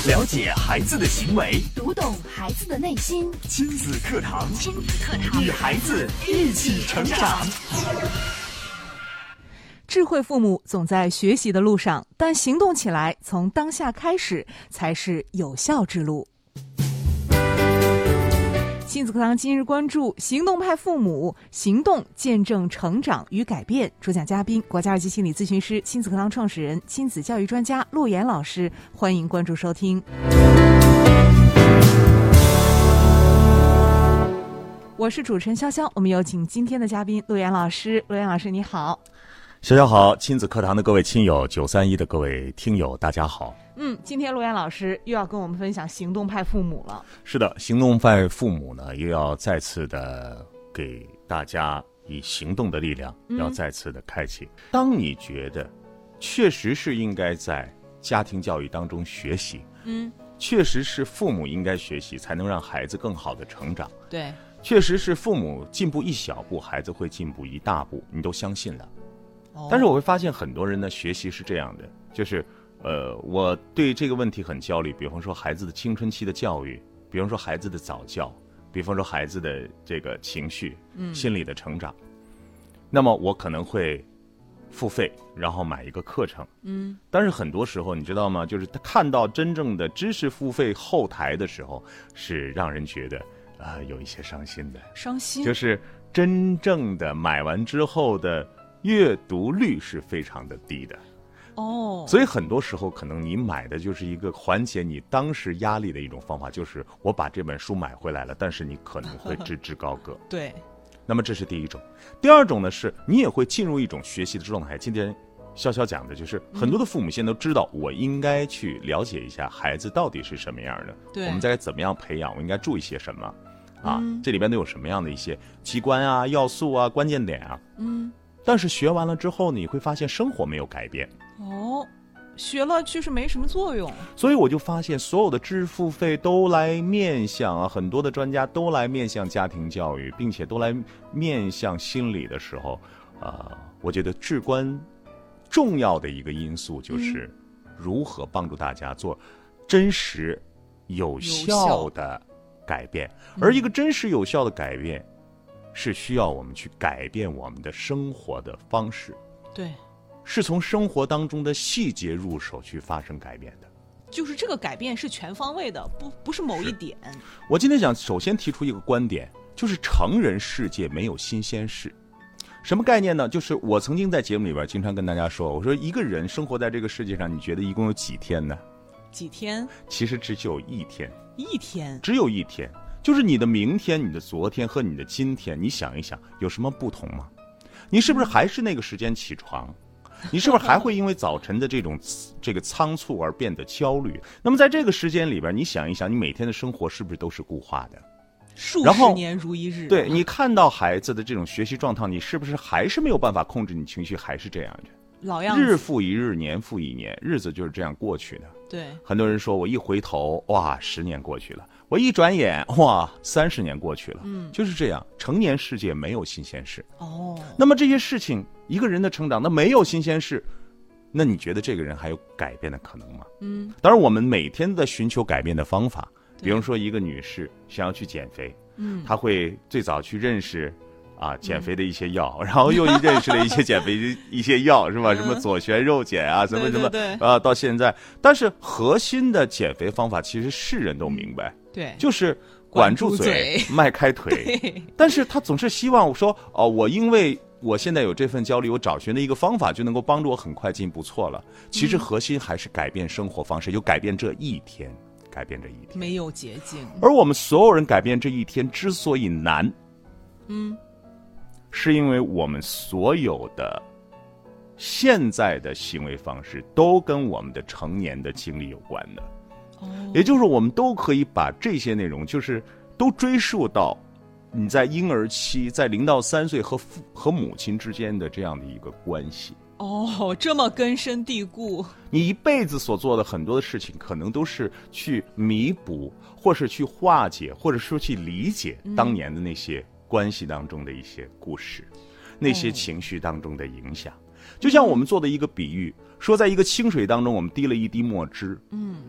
了解孩子的行为， 读懂孩子的内心。 亲子课堂，与孩子一起成长。 智慧父母总在学习的路上，但行动起来从当下开始才是有效之路。亲子课堂今日关注行动派父母，行动见证成长与改变。主讲嘉宾国家2级心理咨询师、亲子课堂创始人、亲子教育专家陆岩老师，欢迎关注收听。我是主持人潇潇，我们有请今天的嘉宾陆岩老师。陆岩老师你好。 小小好，亲子课堂的各位亲友，931的各位听友，大家好。 今天陆岩老师又要跟我们分享行动派父母了。 是的，行动派父母呢，又要再次的给大家以行动的力量，要再次的开启。当你觉得确实是应该在家庭教育当中学习，确实是父母应该学习，才能让孩子更好的成长。 对， 确实是父母进步一小步，孩子会进步一大步，你都相信了。但是我会发现很多人呢，学习是这样的，就是我对这个问题很焦虑。比方说孩子的青春期的教育，比方说孩子的早教，比方说孩子的这个情绪、心理的成长，那么我可能会付费，然后买一个课程。但是很多时候你知道吗？就是他看到真正的知识付费后台的时候，是让人觉得有一些伤心的。 伤心就是真正的买完之后的阅读率是非常的低的。所以很多时候可能你买的就是一个缓解你当时压力的一种方法，就是我把这本书买回来了，但是你可能会置之高阁。 对， 那么这是第一种。第二种呢，是你也会进入一种学习的状态。今天潇潇讲的就是很多的父母现在都知道，我应该去了解一下孩子到底是什么样的， 对， 我们该怎么样培养，我应该注意些什么这里边都有什么样的一些机关啊、要素啊、关键点啊。但是学完了之后，你会发现生活没有改变。 学了就是没什么作用。 所以我就发现所有的支付费都来面向很多的专家都来面向家庭教育，并且都来面向心理的时候，我觉得至关重要的一个因素就是如何帮助大家做真实有效的改变。而一个真实有效的改变是需要我们去改变我们的生活的方式。 对， 是从生活当中的细节入手去发生改变的。 就是这个改变是全方位的，不是某一点。 我今天想首先提出一个观点，就是成人世界没有新鲜事。什么概念呢？就是我曾经在节目里边经常跟大家说，我说一个人生活在这个世界上，你觉得一共有几天呢？ 几天？ 其实只有一天。 一天？只有一天。就是你的明天、你的昨天和你的今天，你想一想有什么不同吗？你是不是还是那个时间起床？你是不是还会因为早晨的这个仓促而变得焦虑？那么在这个时间里边，你想一想，你每天的生活是不是都是固化的？ 数十年如一日。 对，你看到孩子的这种学习状态，你是不是还是没有办法控制你情绪，还是这样的？ 老样子， 日复一日，年复一年，日子就是这样过去的。 对， 很多人说我一回头，哇，10年过去了；我一转眼，哇，30年过去了。就是这样，成年世界没有新鲜事。那么这些事情，一个人的成长，那没有新鲜事，那你觉得这个人还有改变的可能吗？当然，我们每天在寻求改变的方法。比如说，一个女士想要去减肥，她会最早去认识减肥的一些药，然后又认识了一些减肥的一些药，是吧？什么左旋肉碱啊，什么什么到现在，但是核心的减肥方法其实是人都明白， 对， 就是管住嘴，迈开腿。但是他总是希望我说我因为我现在有这份焦虑，我找寻的一个方法就能够帮助我很快进步错了。其实核心还是改变生活方式，就改变这一天，改变这一天， 没有捷径。 而我们所有人改变这一天之所以难，是因为我们所有的现在的行为方式都跟我们的成年的经历有关的。也就是我们都可以把这些内容就是都追溯到你在婴儿期，在0到3岁和母亲之间的这样的一个关系。 这么根深蒂固。 你一辈子所做的很多的事情，可能都是去弥补，或是去化解，或者说去理解当年的那些关系当中的一些故事，那些情绪当中的影响。就像我们做的一个比喻，说在一个清水当中，我们滴了一滴墨汁，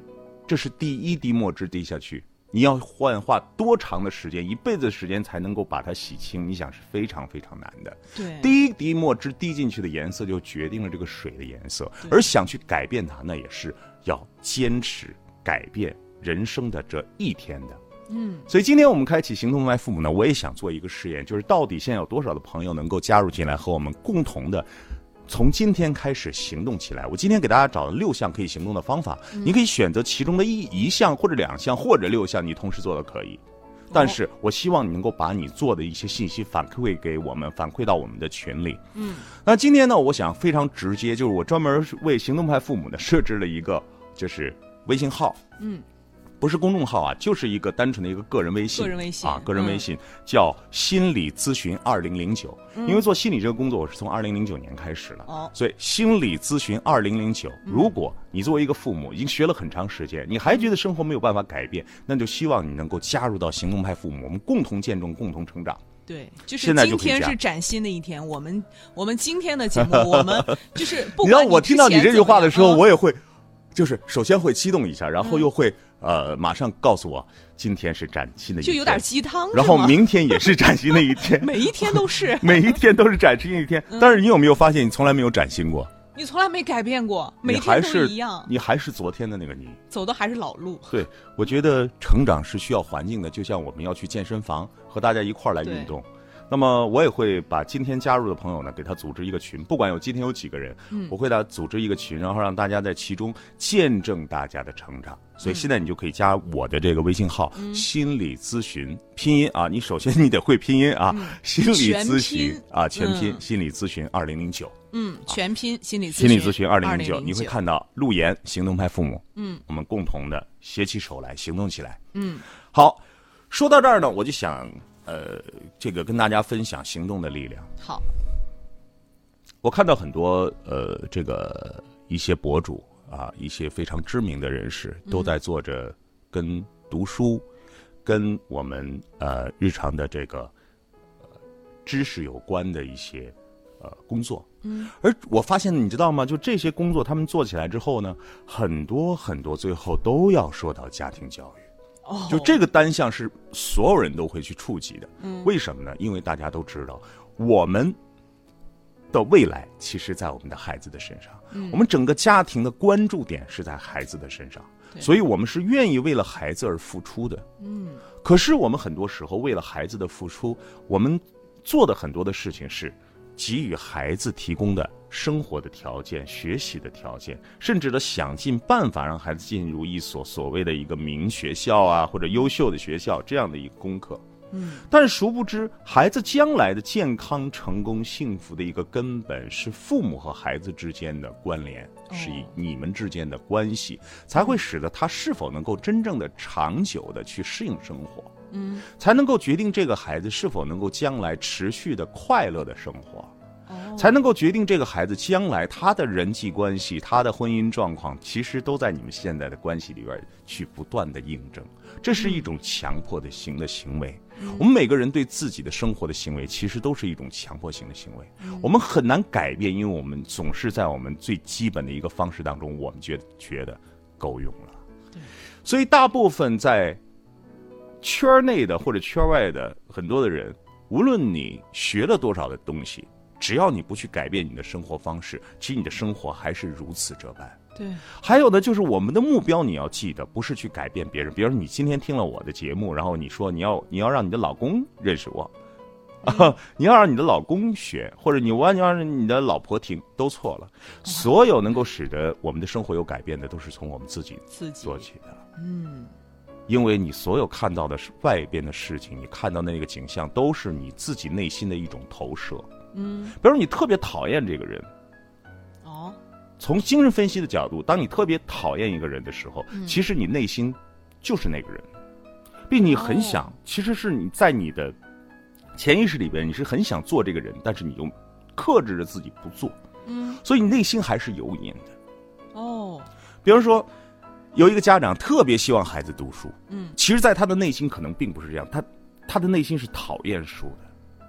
这是第一滴墨汁滴下去，你要花多长的时间，一辈子的时间才能够把它洗清，你想是非常非常难的。 对， 第一滴墨汁滴进去的颜色就决定了这个水的颜色，而想去改变它，那也是要坚持改变人生的这一天的。所以今天我们开启行动派父母呢，我也想做一个试验，就是到底现在有多少的朋友能够加入进来，和我们共同的从今天开始行动起来。我今天给大家找了6项可以行动的方法，你可以选择其中的一项或者2项或者6项，你同时做都可以。但是我希望你能够把你做的一些信息反馈给我们，反馈到我们的群里。那今天呢，我想非常直接，就是我专门为行动派父母呢设置了一个就是微信号。不是公众号啊，就是一个单纯的一个个人微信啊，个人微信叫心理咨询2009。因为做心理这个工作，我是从2009年开始了，所以心理咨询2009。如果你作为一个父母已经学了很长时间，你还觉得生活没有办法改变，那就希望你能够加入到行动派父母，我们共同见证，共同成长。 对，就是今天是崭新的一天。我们今天的节目，我们就是不管你知道我听到你这句话的时候，我也会，就是首先会激动一下，然后又会。马上告诉我，今天是崭新的一天， 就有点鸡汤。 然后明天也是崭新的一天， 每一天都是， 每一天都是崭新的一天。但是你有没有发现，你从来没有崭新过？ 你从来没改变过，每天都一样。 你还是昨天的那个你， 走的还是老路。 对，我觉得成长是需要环境的，就像我们要去健身房和大家一块儿来运动。那么我也会把今天加入的朋友呢，给他组织一个群，不管今天有几个人，我会给他组织一个群，然后让大家在其中见证大家的成长。所以现在你就可以加我的这个微信号，心理咨询拼音啊，你首先你得会拼音啊，心理咨询啊，全拼心理咨询2009， 全拼心理咨询2009，你会看到陆岩行动派父母，我们共同的携起手来行动起来。好，说到这儿呢，我就想。这个跟大家分享行动的力量。 好， 我看到很多这个一些博主啊，一些非常知名的人士都在做着跟读书、跟我们日常的这个知识有关的一些工作。而我发现你知道吗？就这些工作他们做起来之后呢，很多最后都要说到家庭教育。就这个单项是所有人都会去触及的。为什么呢？因为大家都知道，我们的未来其实在我们的孩子的身上，我们整个家庭的关注点是在孩子的身上，所以我们是愿意为了孩子而付出的。可是我们很多时候为了孩子的付出，我们做的很多的事情是给予孩子提供的生活的条件、学习的条件，甚至的想尽办法让孩子进入一所所谓的一个名学校啊，或者优秀的学校这样的一个功课。但是殊不知，孩子将来的健康、成功、幸福的一个根本是父母和孩子之间的关联，是以你们之间的关系，才会使得他是否能够真正的长久的去适应生活，才能够决定这个孩子是否能够将来持续的快乐的生活。才能够决定这个孩子将来他的人际关系、他的婚姻状况，其实都在你们现在的关系里边去不断的印证。这是一种强迫的行为。我们每个人对自己的生活的行为，其实都是一种强迫性的行为。我们很难改变，因为我们总是在我们最基本的一个方式当中，我们觉得够用了。所以大部分在圈内的或者圈外的很多的人，无论你学了多少的东西，只要你不去改变你的生活方式，其实你的生活还是如此这般。 对， 还有呢，就是我们的目标，你要记得，不是去改变别人。比如说，你今天听了我的节目，然后你说你要让你的老公认识我，你要让你的老公学，或者你要让你的老婆听，都错了。所有能够使得我们的生活有改变的，都是从我们自己做起的。因为你所有看到的是外边的事情，你看到那个景象，都是你自己内心的一种投射。比如你特别讨厌这个人，从精神分析的角度，当你特别讨厌一个人的时候，其实你内心就是那个人，并你很想，其实是你在你的潜意识里边，你是很想做这个人，但是你又克制着自己不做，所以你内心还是有瘾的。比如说有一个家长特别希望孩子读书，其实在他的内心可能并不是这样，他的内心是讨厌书的。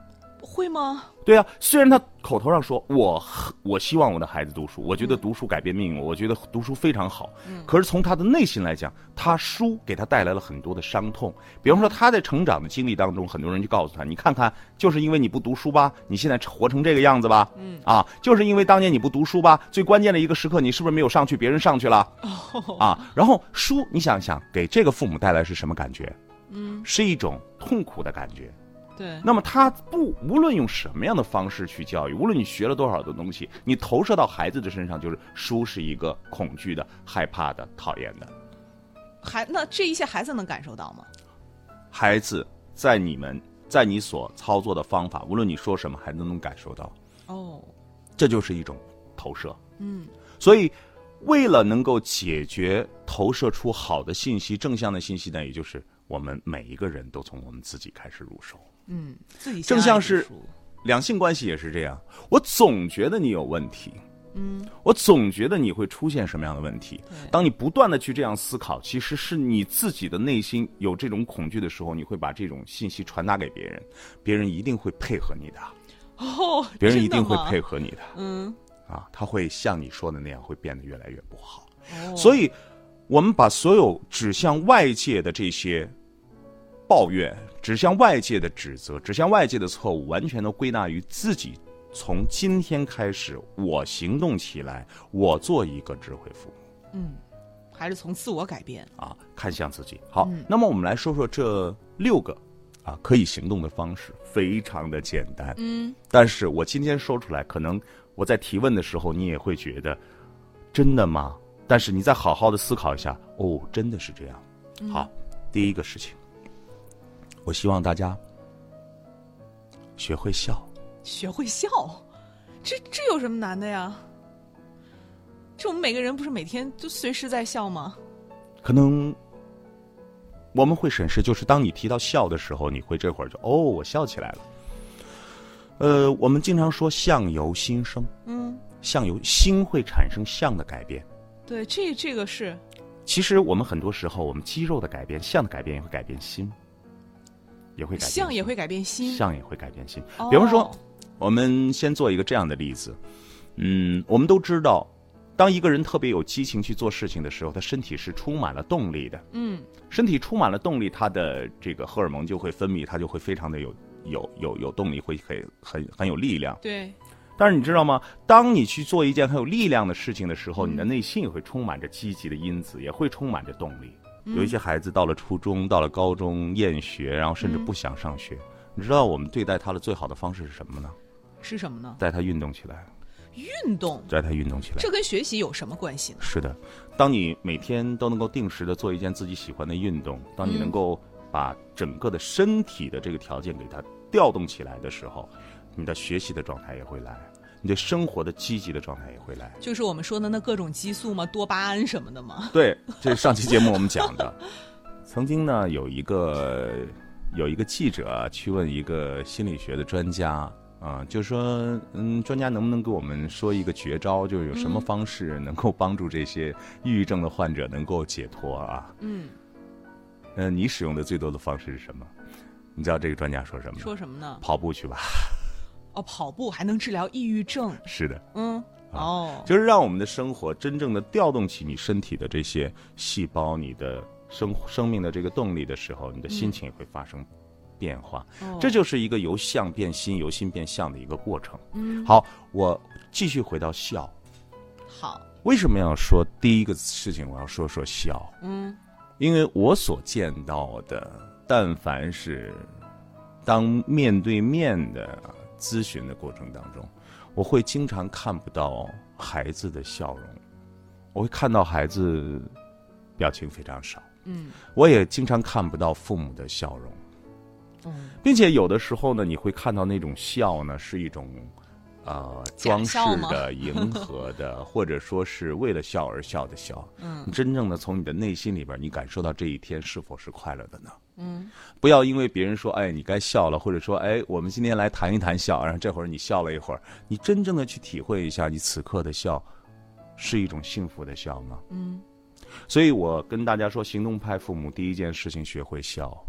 会吗？ 对啊，虽然他口头上说我希望我的孩子读书，我觉得读书改变命运，我觉得读书非常好，可是从他的内心来讲，他书给他带来了很多的伤痛。比方说他在成长的经历当中，很多人就告诉他，你看看，就是因为你不读书吧，你现在活成这个样子吧，就是因为当年你不读书吧，最关键的一个时刻你是不是没有上去，别人上去了，然后书你想想给这个父母带来是什么感觉？是一种痛苦的感觉。 对， 那么他无论用什么样的方式去教育，无论你学了多少的东西，你投射到孩子的身上，就是书是一个恐惧的、害怕的、讨厌的。 那这一切孩子能感受到吗？ 孩子在你所操作的方法，无论你说什么，孩子都能感受到。这就是一种投射。所以为了能够解决投射出好的信息、正向的信息呢，也就是我们每一个人都从我们自己开始入手。 自己正像是两性关系也是这样，我总觉得你有问题，我总觉得你会出现什么样的问题。当你不断的去这样思考，其实是你自己的内心有这种恐惧的时候，你会把这种信息传达给别人，别人一定会配合你的。别人一定会配合你的。他会像你说的那样，会变得越来越不好。所以我们把所有指向外界的这些抱怨，指向外界的指责，指向外界的错误，完全都归纳于自己。从今天开始，我行动起来，我做一个智慧父母。 还是从自我改变看向自己。好，那么我们来说说这6个可以行动的方式，非常的简单。但是我今天说出来，可能我在提问的时候，你也会觉得真的吗？但是你再好好的思考一下，真的是这样。好，第一个事情，我希望大家学会笑。 学会笑，这有什么难的呀？这我们每个人不是每天都随时在笑吗？ 可能我们会审视，就是当你提到笑的时候，你会这会儿就我笑起来了。我们经常说相由心生，相由心会产生相的改变。 对，这个是。 其实我们很多时候，我们肌肉的改变、相的改变也会改变心，也会改变心， 相也会改变心， 相也会改变心。比方说，我们先做一个这样的例子，我们都知道，当一个人特别有激情去做事情的时候，他身体是充满了动力的。身体充满了动力，他的这个荷尔蒙就会分泌，他就会非常的有动力，会很有力量。 对。 但是你知道吗？当你去做一件很有力量的事情的时候，你的内心也会充满着积极的因子，也会充满着动力。有一些孩子到了初中，到了高中厌学，然后甚至不想上学。你知道我们对待他的最好的方式是什么呢？ 是什么呢？ 带他运动起来。 运动？ 带他运动起来。 这跟学习有什么关系呢？ 是的，当你每天都能够定时的做一件自己喜欢的运动，当你能够把整个的身体的这个条件给它调动起来的时候，你的学习的状态也会来，你对生活的积极的状态也会来。 就是我们说的那各种激素吗？多巴胺什么的吗？ 对，这是上期节目我们讲的。曾经呢，有一个记者去问一个心理学的专家就说专家能不能给我们说一个绝招，就是有什么方式能够帮助这些抑郁症的患者能够解脱啊？你使用的最多的方式是什么？你知道这个专家说什么？ 说什么呢？ 跑步去吧。 跑步还能治疗抑郁症？ 是的。 就是让我们的生活真正的调动起你身体的这些细胞，你的生命的这个动力的时候，你的心情也会发生变化。这就是一个由相变心，由心变相的一个过程。好，我继续回到笑。 好， 为什么要说第一个事情？我要说笑。因为我所见到的，但凡是当面对面的咨询的过程当中，我会经常看不到孩子的笑容，我会看到孩子表情非常少。我也经常看不到父母的笑容。并且有的时候呢，你会看到那种笑呢，是一种装饰的、迎合的，或者说是为了笑而笑的笑。真正的从你的内心里边，你感受到这一天是否是快乐的呢？不要因为别人说你该笑了，或者说我们今天来谈一谈笑，然后这会儿你笑了一会儿，你真正的去体会一下，你此刻的笑是一种幸福的笑吗？所以我跟大家说，行动派父母第一件事情学会笑。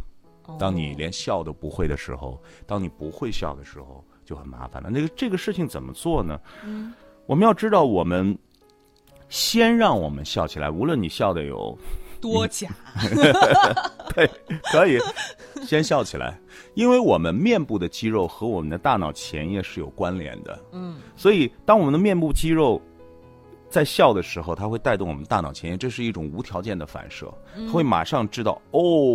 当你连笑都不会的时候，当你不会笑的时候，就很麻烦了。这个事情怎么做呢？我们要知道，我们先让我们笑起来，无论你笑的有多假， 对，可以先笑起来，因为我们面部的肌肉和我们的大脑前叶是有关联的。所以当我们的面部肌肉在笑的时候，它会带动我们大脑前叶，这是一种无条件的反射，它会马上知道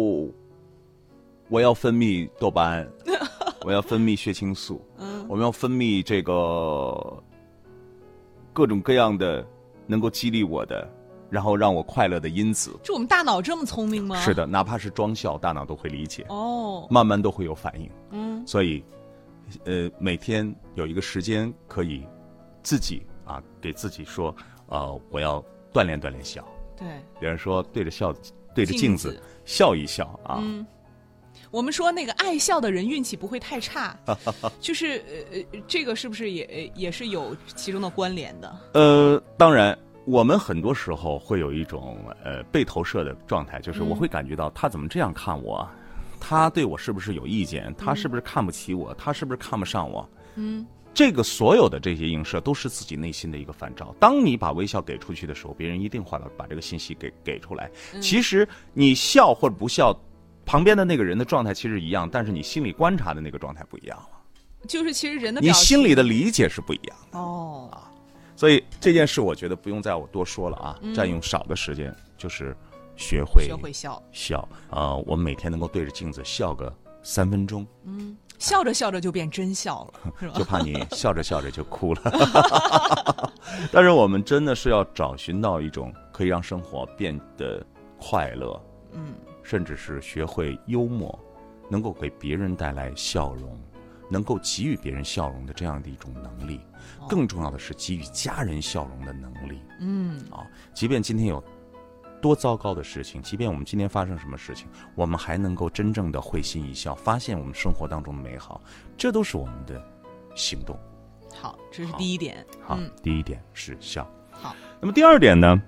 我要分泌多巴胺，我要分泌血清素，我们要分泌这个各种各样的能够激励我的，然后让我快乐的因子。 就我们大脑这么聪明吗？ 是的，哪怕是装笑，大脑都会理解。慢慢都会有反应。所以，每天有一个时间可以自己给自己说，我要锻炼锻炼笑。 对， 别人说对着镜子笑一笑啊。 我们说那个爱笑的人运气不会太差，就是这个是不是也是有其中的关联的？ 当然，我们很多时候会有一种被投射的状态，就是我会感觉到他怎么这样看我，他对我是不是有意见，他是不是看不起我，他是不是看不上我？这个所有的这些映射都是自己内心的一个反照。当你把微笑给出去的时候，别人一定会把这个信息给出来。其实你笑或者不笑，旁边的那个人的状态其实一样，但是你心里观察的那个状态不一样了。 就是其实人的表情， 你心里的理解是不一样的。所以这件事我觉得不用再我多说了啊，占用少的时间，就是学会笑。我们每天能够对着镜子笑个3分钟。 笑着笑着就变真笑了，是吧？ 就怕你笑着笑着就哭了。但是我们真的是要找寻到一种可以让生活变得快乐，甚至是学会幽默，能够给别人带来笑容，能够给予别人笑容的这样的一种能力。更重要的是给予家人笑容的能力。即便今天有多糟糕的事情，即便我们今天发生什么事情，我们还能够真正的会心一笑，发现我们生活当中的美好，这都是我们的行动。 好，这是第一点。 好，第一点是笑。 好， 那么第二点呢，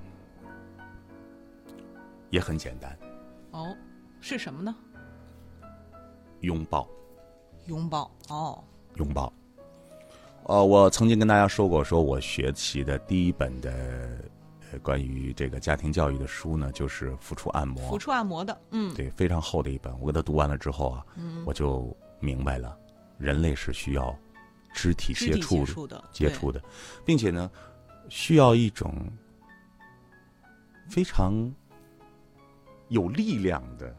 也很简单。 是什么呢？ 拥抱。 拥抱。 我曾经跟大家说过，说我学习的第一本的关于这个家庭教育的书呢，就是抚触按摩的。对，非常厚的一本。我给它读完了之后我就明白了，人类是需要肢体接触的，并且呢，需要一种非常有力量的，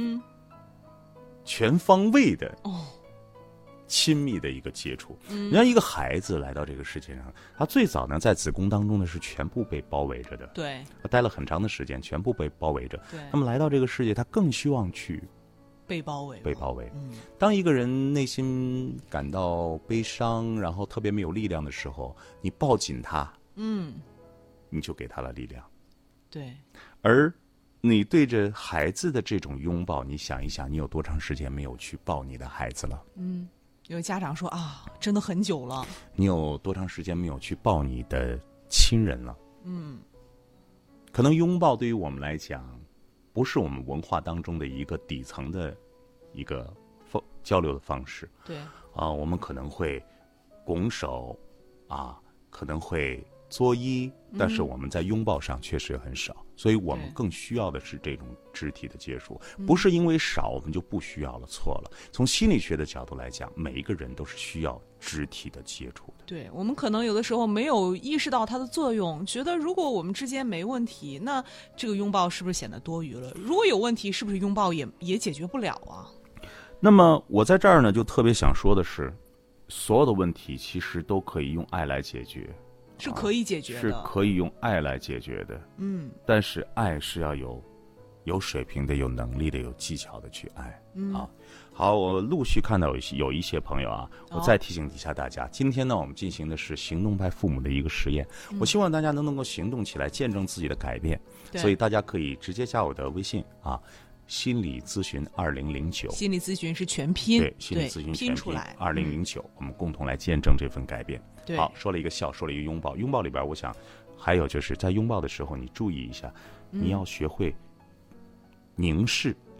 全方位的亲密的一个接触。你像一个孩子来到这个世界上，他最早呢在子宫当中呢是全部被包围着的， 对， 他待了很长的时间，全部被包围着。对，那么来到这个世界，他更希望去被包围。 当一个人内心感到悲伤，然后特别没有力量的时候，你抱紧他，你就给他了力量。 对， 而你对着孩子的这种拥抱，你想一想，你有多长时间没有去抱你的孩子了？ 有家长说真的很久了。 你有多长时间没有去抱你的亲人了？可能拥抱对于我们来讲，不是我们文化当中的一个底层的一个交流的方式。 对我们可能会拱手可能会作揖，但是我们在拥抱上确实很少，所以我们更需要的是这种肢体的接触。不是因为少我们就不需要了，错了。从心理学的角度来讲，每一个人都是需要肢体的接触的。 对，我们可能有的时候没有意识到它的作用，觉得如果我们之间没问题，那这个拥抱是不是显得多余了？如果有问题，是不是拥抱也解决不了啊？ 那么我在这儿呢，就特别想说的是，所有的问题其实都可以用爱来解决。 是可以解决的， 是可以用爱来解决的。但是爱是要有水平的、有能力的、有技巧的去爱。好，我陆续看到有一些朋友我再提醒一下大家，今天呢，我们进行的是行动派父母的一个实验。我希望大家能够行动起来，见证自己的改变。所以大家可以直接加我的微信心理咨询2009， 心理咨询是全拼， 对，心理咨询拼出来 2009，我们共同来见证这份改变。好，说了一个笑，说了一个拥抱。拥抱里边，我想还有就是在拥抱的时候，你注意一下，你要学会凝视，就是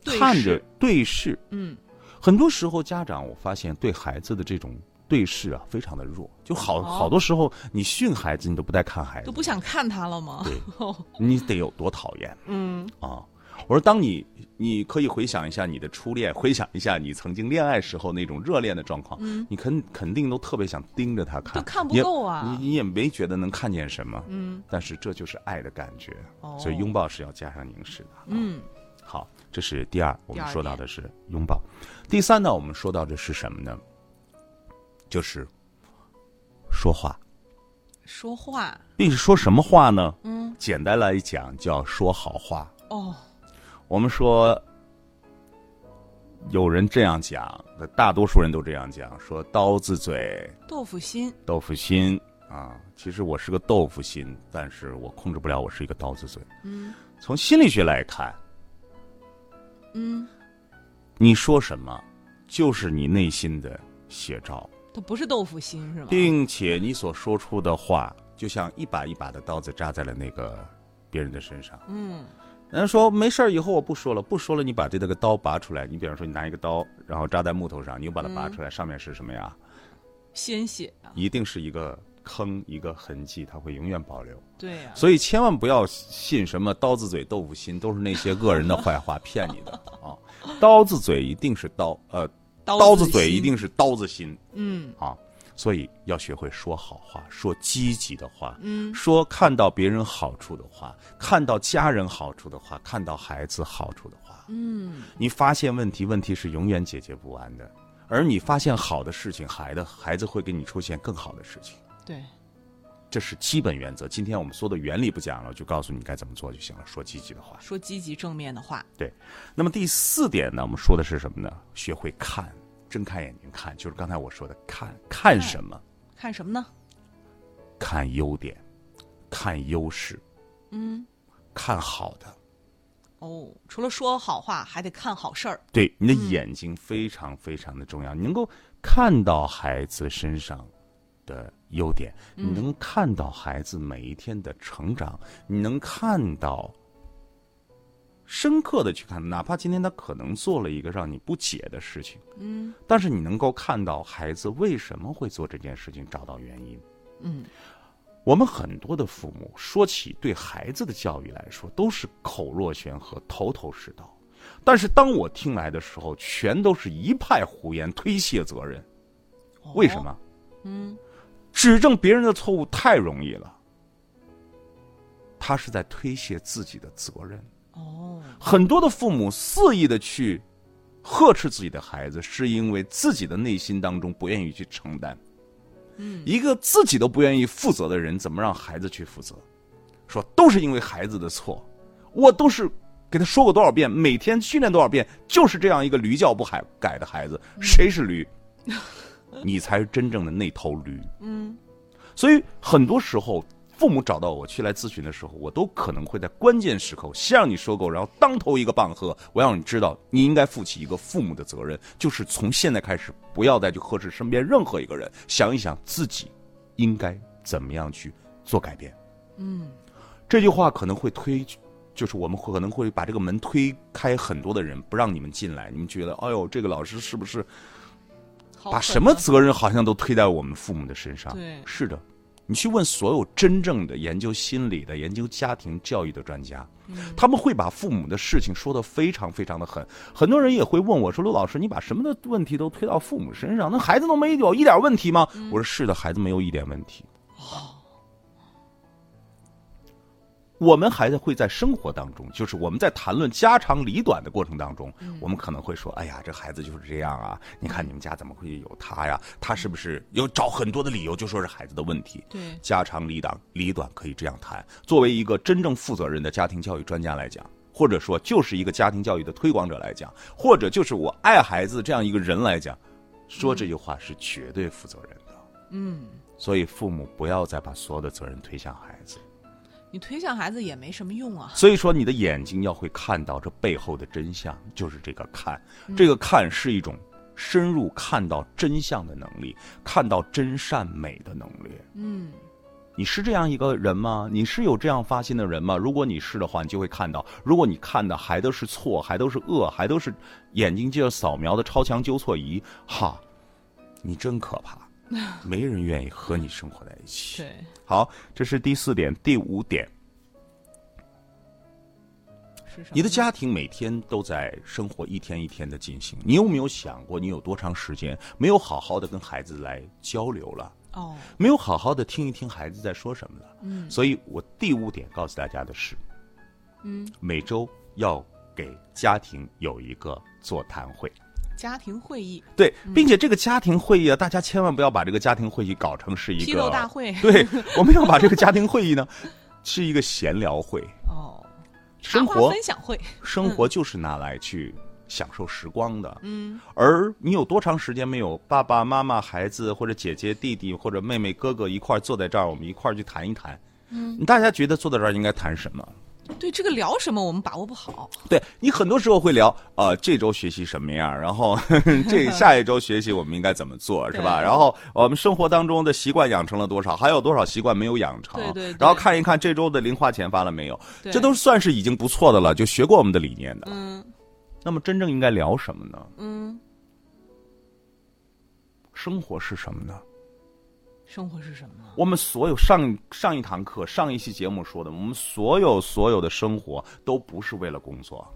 看着对视。很多时候家长我发现对孩子的这种对视啊非常的弱，就好多时候你训孩子你都不带看孩子， 都不想看他了吗？ 对，你得有多讨厌。我说当你可以回想一下你的初恋，回想一下你曾经恋爱时候那种热恋的状况，你肯定都特别想盯着他看， 都看不够啊， 你也没觉得能看见什么，但是这就是爱的感觉，所以拥抱是要加上凝视的。好，这是第二，我们说到的是拥抱。第三呢，我们说到的是什么呢？就是说话。 说话， 并且说什么话呢？简单来讲叫说好话。我们说有人这样讲，大多数人都这样讲，说刀子嘴豆腐心。 豆腐心啊，其实我是个豆腐心，但是我控制不了我是一个刀子嘴。从心理学来看，你说什么就是你内心的写照， 它不是豆腐心是吗？ 并且你所说出的话就像一把一把的刀子扎在了那个别人的身上。人说没事儿，以后我不说了，你把这个刀拔出来，你比方说你拿一个刀然后扎在木头上，你又把它拔出来，上面是什么呀？ 鲜血啊， 一定是一个坑，一个痕迹，它会永远保留。 对呀， 所以千万不要信什么刀子嘴豆腐心，都是那些恶人的坏话骗你的啊！刀子嘴一定是刀子嘴一定是刀子心。所以要学会说好话，说积极的话，说看到别人好处的话，看到家人好处的话，看到孩子好处的话。你发现问题是永远解决不完的，而你发现好的事情，孩子会给你出现更好的事情。 对， 这是基本原则。今天我们说的原理不讲了，就告诉你该怎么做就行了。说积极的话， 说积极正面的话。 对。那么第四点呢，我们说的是什么呢？学会看。睁开眼睛看，就是刚才我说的看什么？ 看什么呢？ 看优点，看优势，看好的。 除了说好话，还得看好事儿。 对，你的眼睛非常非常的重要，你能够看到孩子身上的优点，你能看到孩子每一天的成长，你能看到。深刻的去看，哪怕今天他可能做了一个让你不解的事情，但是你能够看到孩子为什么会做这件事情，找到原因。我们很多的父母说起对孩子的教育来说，都是口若悬河、头头是道，但是当我听来的时候，全都是一派胡言，推卸责任。为什么？指正别人的错误太容易了，他是在推卸自己的责任。很多的父母肆意的去呵斥自己的孩子，是因为自己的内心当中不愿意去承担。一个自己都不愿意负责的人，怎么让孩子去负责？说都是因为孩子的错，我都是给他说过多少遍，每天训练多少遍，就是这样一个驴叫不改的孩子，谁是驴？你才是真正的那头驴。所以很多时候父母找到我去来咨询的时候，我都可能会在关键时刻先让你说够，然后当头一个棒喝。我让你知道，你应该负起一个父母的责任，就是从现在开始，不要再去呵斥身边任何一个人，想一想自己应该怎么样去做改变。这句话可能会就是我们可能会把这个门推开很多的人，不让你们进来。你们觉得，哎呦，这个老师是不是把什么责任好像都推在我们父母的身上？ 对， 是的。你去问所有真正的研究心理的、研究家庭教育的专家，他们会把父母的事情说得非常非常的狠。很多人也会问我说：“陆老师，你把什么的问题都推到父母身上，那孩子都没有一点问题吗？”我说：“是的，孩子没有一点问题。”我们还会在生活当中，就是我们在谈论家长里短的过程当中，我们可能会说：“哎呀，这孩子就是这样啊！你看你们家怎么会有他呀？他是不是有找很多的理由，就说是孩子的问题？” 对， 家长里短可以这样谈。作为一个真正负责任的家庭教育专家来讲，或者说就是一个家庭教育的推广者来讲，或者就是我爱孩子这样一个人来讲，说这句话是绝对负责任的。所以父母不要再把所有的责任推向孩子。 你推向孩子也没什么用啊。 所以说你的眼睛要会看到这背后的真相，就是这个看。这个看是一种深入看到真相的能力，看到真善美的能力。 你是这样一个人吗？你是有这样发心的人吗？如果你是的话，你就会看到，如果你看的还都是错，还都是恶，还都是眼睛就扫描的超强纠错仪，哈，你真可怕，没人愿意和你生活在一起。 对， 好，这是第4点。第5点，你的家庭每天都在生活一天一天的进行，你有没有想过，你有多长时间没有好好的跟孩子来交流了？没有好好的听一听孩子在说什么了。所以我第5点告诉大家的是，每周要给家庭有一个座谈会。 家庭会议， 对，并且这个家庭会议啊，大家千万不要把这个家庭会议搞成是一个批斗大会。 对，我们要把这个家庭会议呢，是一个闲聊会。生活分享会， 生活就是拿来去享受时光的。而你有多长时间没有爸爸妈妈、孩子或者姐姐、弟弟或者妹妹、哥哥一块坐在这儿，我们一块去谈一谈。大家觉得坐在这儿应该谈什么？ 对，这个聊什么我们把握不好。 对，你很多时候会聊这周学习什么样，然后下一周学习我们应该怎么做，是吧？然后我们生活当中的习惯养成了多少，还有多少习惯没有养成。 对， 然后看一看这周的零花钱发了没有，这都算是已经不错的了，就学过我们的理念的。那么真正应该聊什么呢？生活是什么呢？ 生活是什么呢？ 我们所有上一堂课、上一期节目说的，我们所有的生活都不是为了工作。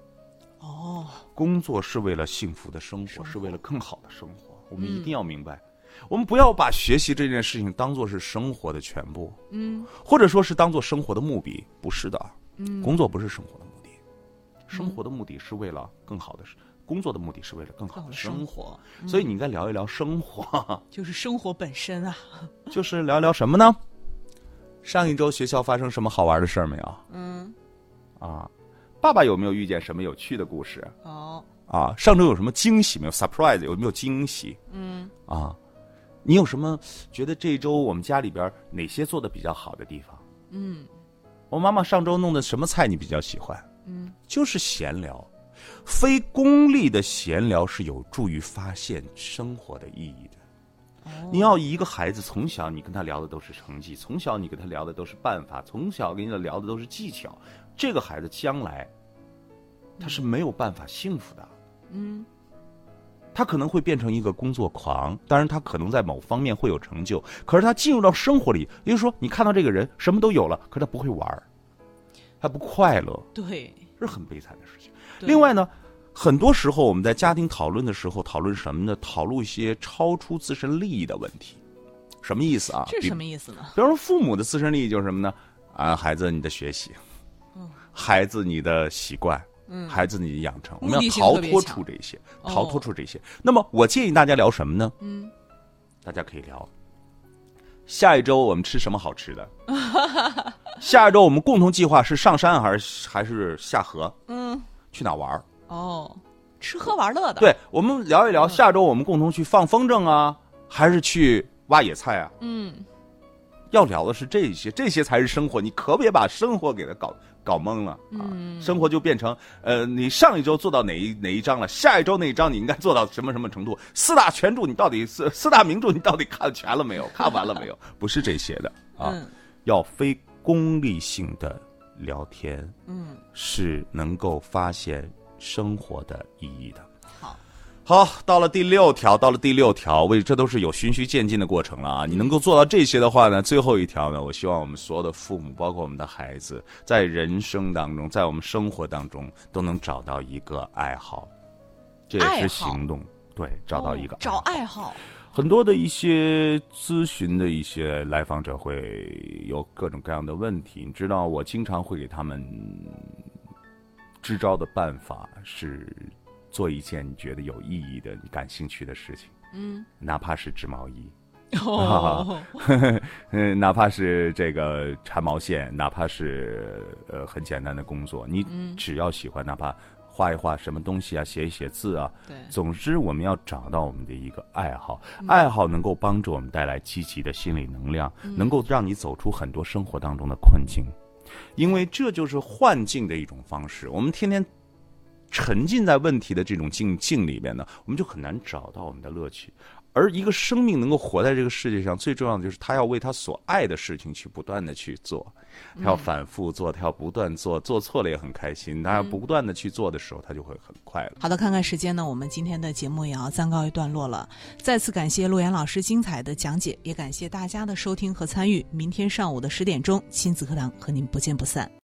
工作是为了幸福的生活，是为了更好的生活。我们一定要明白，我们不要把学习这件事情当作是生活的全部，或者说是当作生活的目的，不是的。工作不是生活的目的，生活的目的是为了更好的工作的目的是为了更好的生活，所以你应该聊一聊生活， 就是生活本身啊。 就是聊一聊什么呢？上一周学校发生什么好玩的事儿没有？爸爸有没有遇见什么有趣的故事？上周有什么惊喜没有 ？surprise 有没有惊喜？你有什么觉得这周我们家里边哪些做的比较好的地方？我妈妈上周弄的什么菜你比较喜欢？就是闲聊。非功利的闲聊是有助于发现生活的意义的。你要一个孩子从小你跟他聊的都是成绩，从小你跟他聊的都是办法，从小跟他聊的都是技巧，这个孩子将来他是没有办法幸福的。他可能会变成一个工作狂，当然他可能在某方面会有成就，可是他进入到生活里，也就是说你看到这个人什么都有了，可是他不会玩，他不快乐。 对， 这是很悲惨的事情。另外呢，很多时候我们在家庭讨论的时候，讨论什么呢？讨论一些超出自身利益的问题。什么意思啊？ 这是什么意思呢？ 比方说父母的自身利益就是什么呢？孩子你的学习，孩子你的习惯，孩子你的养成，我们要逃脱出这些，逃脱出这些。那么我建议大家聊什么呢？大家可以聊下一周我们吃什么好吃的。下一周我们共同计划是上山还是下河？去哪玩？ 吃喝玩乐的。 对，我们聊一聊下周我们共同去放风筝啊，还是去挖野菜啊？要聊的是这些才是生活。你可别把生活给它搞懵了啊！生活就变成你上一周做到哪一章了，下一周那一章你应该做到什么程度？四大全著你到底四大名著你到底看全了没有？看完了没有？不是这些的啊，要非功利性的聊天，是能够发现生活的意义的。好，到了第六条，这都是有循序渐进的过程了啊！你能够做到这些的话呢，最后一条呢，我希望我们所有的父母，包括我们的孩子，在人生当中，在我们生活当中，都能找到一个爱好，这也是行动。对，找到一个找爱好。 很多的一些咨询的一些来访者会有各种各样的问题，你知道，我经常会给他们支招的办法是做一件你觉得有意义的、你感兴趣的事情，哪怕是织毛衣，哪怕是这个缠毛线，哪怕是很简单的工作，你只要喜欢，哪怕画一画什么东西啊，写一写字啊， 对， 总之我们要找到我们的一个爱好，爱好能够帮助我们带来积极的心理能量，能够让你走出很多生活当中的困境，因为这就是幻境的一种方式。我们天天沉浸在问题的这种境里面呢，我们就很难找到我们的乐趣。 而一个生命能够活在这个世界上，最重要的就是他要为他所爱的事情去不断的去做，他要反复做，他要不断做，做错了也很开心，他要不断的去做的时候，他就会很快乐。 好的，看看时间呢，我们今天的节目也要暂告一段落了。再次感谢陆岩老师精彩的讲解，也感谢大家的收听和参与。明天上午的10点钟，亲子课堂和您不见不散。